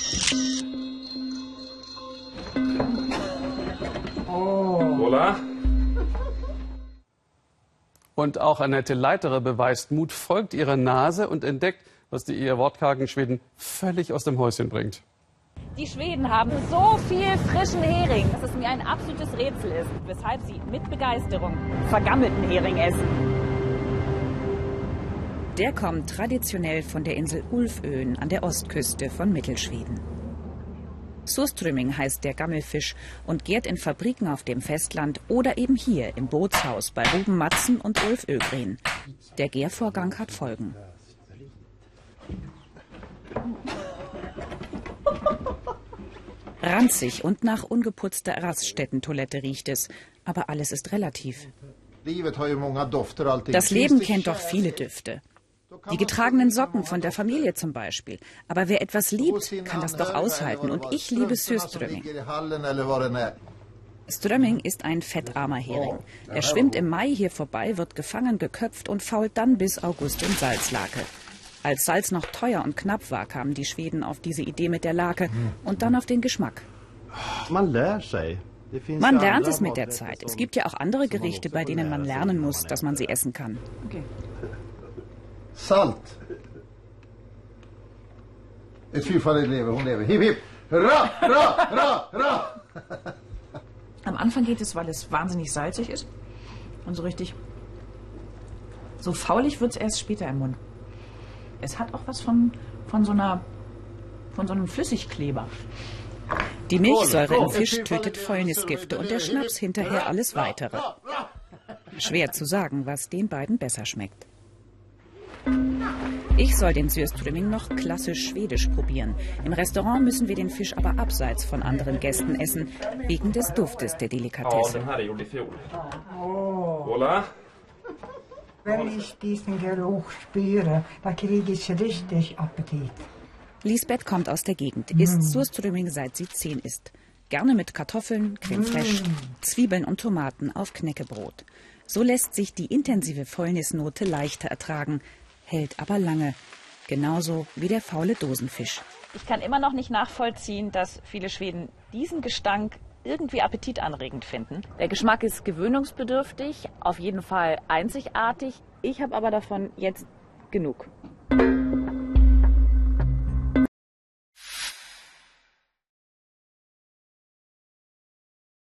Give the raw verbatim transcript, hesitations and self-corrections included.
Oh. Hola. Und auch Annette Leiterer beweist Mut, folgt ihrer Nase und entdeckt, was die eher wortkargen Schweden völlig aus dem Häuschen bringt. Die Schweden haben so viel frischen Hering, dass es mir ein absolutes Rätsel ist, weshalb sie mit Begeisterung vergammelten Hering essen. Der kommt traditionell von der Insel Ulfön an der Ostküste von Mittelschweden. Surströmming heißt der Gammelfisch und gärt in Fabriken auf dem Festland oder eben hier im Bootshaus bei Ruben Matzen und Ulf Ögren. Der Gärvorgang hat Folgen. Ranzig und nach ungeputzter Raststättentoilette riecht es, aber alles ist relativ. Das Leben kennt doch viele Düfte. Die getragenen Socken von der Familie zum Beispiel. Aber wer etwas liebt, kann das doch aushalten. Und ich liebe Surströmming. Strömming ist ein fettarmer Hering. Er schwimmt im Mai hier vorbei, wird gefangen, geköpft und fault dann bis August in Salzlake. Als Salz noch teuer und knapp war, kamen die Schweden auf diese Idee mit der Lake und dann auf den Geschmack. Man lernt Man lernt es mit der Zeit. Es gibt ja auch andere Gerichte, bei denen man lernen muss, dass man sie essen kann. Okay. Salt. Ett fyrfaldigt lever, hon lever. Hipp, hipp. Hurra, hurra, hurra, hurra. Am Anfang geht es, weil es wahnsinnig salzig ist. Und so richtig, so faulig wird es erst später im Mund. Es hat auch was von, von so einer, von so einem Flüssigkleber. Die Milchsäure im Fisch tötet Fäulnisgifte und der Schnaps hinterher alles Weitere. Schwer zu sagen, was den beiden besser schmeckt. Ich soll den Surströmming noch klassisch schwedisch probieren. Im Restaurant müssen wir den Fisch aber abseits von anderen Gästen essen, wegen des Duftes der Delikatesse. Wenn ich diesen Geruch spüre, da kriege ich richtig Appetit. Lisbeth kommt aus der Gegend, isst Surströmming seit sie zehn ist. Gerne mit Kartoffeln, Creme fraiche, Zwiebeln und Tomaten auf Knäckebrot. So lässt sich die intensive Fäulnisnote leichter ertragen, hält aber lange. Genauso wie der faule Dosenfisch. Ich kann immer noch nicht nachvollziehen, dass viele Schweden diesen Gestank irgendwie appetitanregend finden. Der Geschmack ist gewöhnungsbedürftig, auf jeden Fall einzigartig. Ich habe aber davon jetzt genug.